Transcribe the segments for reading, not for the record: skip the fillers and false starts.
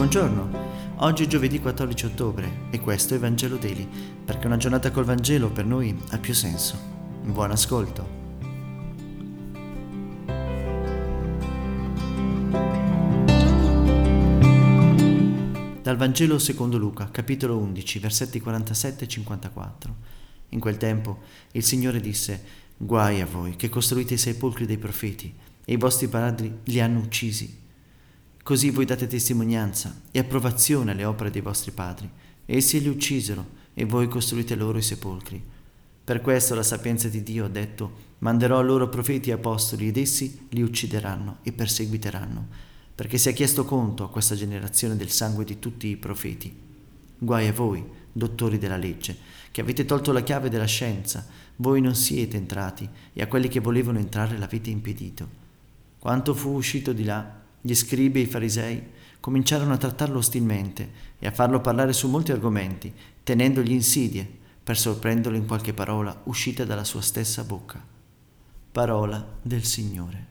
Buongiorno, oggi è giovedì 14 ottobre e questo è Vangelo Daily, perché una giornata col Vangelo per noi ha più senso. Buon ascolto. Dal Vangelo secondo Luca, capitolo 11, versetti 47 e 54. In quel tempo il Signore disse: «Guai a voi che costruite i sepolcri dei profeti e i vostri padri li hanno uccisi. Così voi date testimonianza e approvazione alle opere dei vostri padri. Essi li uccisero e voi costruite loro i sepolcri. Per questo la sapienza di Dio ha detto: manderò loro profeti e apostoli ed essi li uccideranno e perseguiteranno, perché si è chiesto conto a questa generazione del sangue di tutti i profeti. Guai a voi, dottori della legge, che avete tolto la chiave della scienza, voi non siete entrati e a quelli che volevano entrare l'avete impedito». Quando fu uscito di là, gli scribi e i farisei cominciarono a trattarlo ostilmente e a farlo parlare su molti argomenti, tenendogli insidie per sorprenderlo in qualche parola uscita dalla sua stessa bocca. Parola del Signore.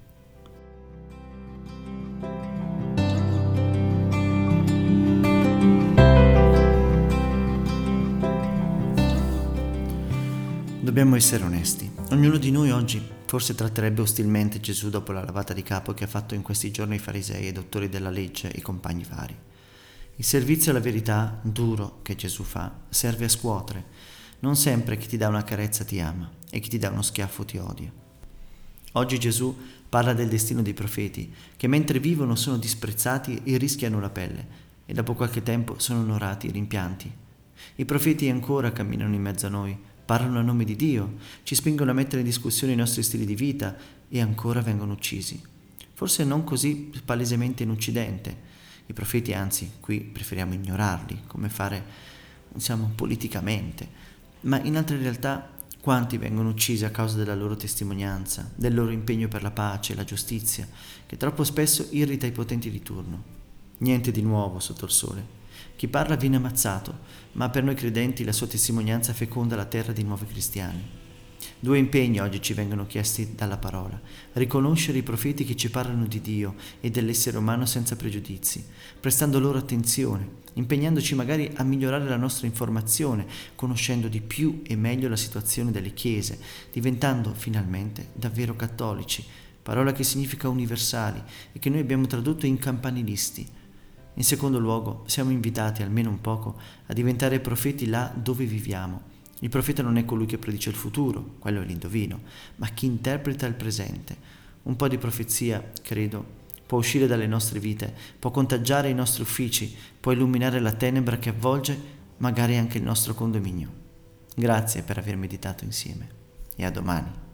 Dobbiamo essere onesti. Ognuno di noi oggi forse tratterebbe ostilmente Gesù dopo la lavata di capo che ha fatto in questi giorni i farisei e i dottori della legge e i compagni vari. Il servizio alla verità duro che Gesù fa serve a scuotere. Non sempre chi ti dà una carezza ti ama e chi ti dà uno schiaffo ti odia. Oggi Gesù parla del destino dei profeti che mentre vivono sono disprezzati e rischiano la pelle e dopo qualche tempo sono onorati e rimpianti. I profeti ancora camminano in mezzo a noi, parlano a nome di Dio, ci spingono a mettere in discussione i nostri stili di vita e ancora vengono uccisi. Forse non così palesemente in Occidente. I profeti, anzi, qui preferiamo ignorarli, come fare, politicamente. Ma in altre realtà, quanti vengono uccisi a causa della loro testimonianza, del loro impegno per la pace e la giustizia, che troppo spesso irrita i potenti di turno. Niente di nuovo sotto il sole. Chi parla viene ammazzato, ma per noi credenti la sua testimonianza feconda la terra di nuovi cristiani. Due impegni oggi ci vengono chiesti dalla parola: riconoscere i profeti che ci parlano di Dio e dell'essere umano senza pregiudizi, prestando loro attenzione, impegnandoci magari a migliorare la nostra informazione, conoscendo di più e meglio la situazione delle chiese, diventando finalmente davvero cattolici, parola che significa universali e che noi abbiamo tradotto in campanilisti. In secondo luogo, siamo invitati, almeno un poco, a diventare profeti là dove viviamo. Il profeta non è colui che predice il futuro, quello è l'indovino, ma chi interpreta il presente. Un po' di profezia, credo, può uscire dalle nostre vite, può contagiare i nostri uffici, può illuminare la tenebra che avvolge magari anche il nostro condominio. Grazie per aver meditato insieme e a domani.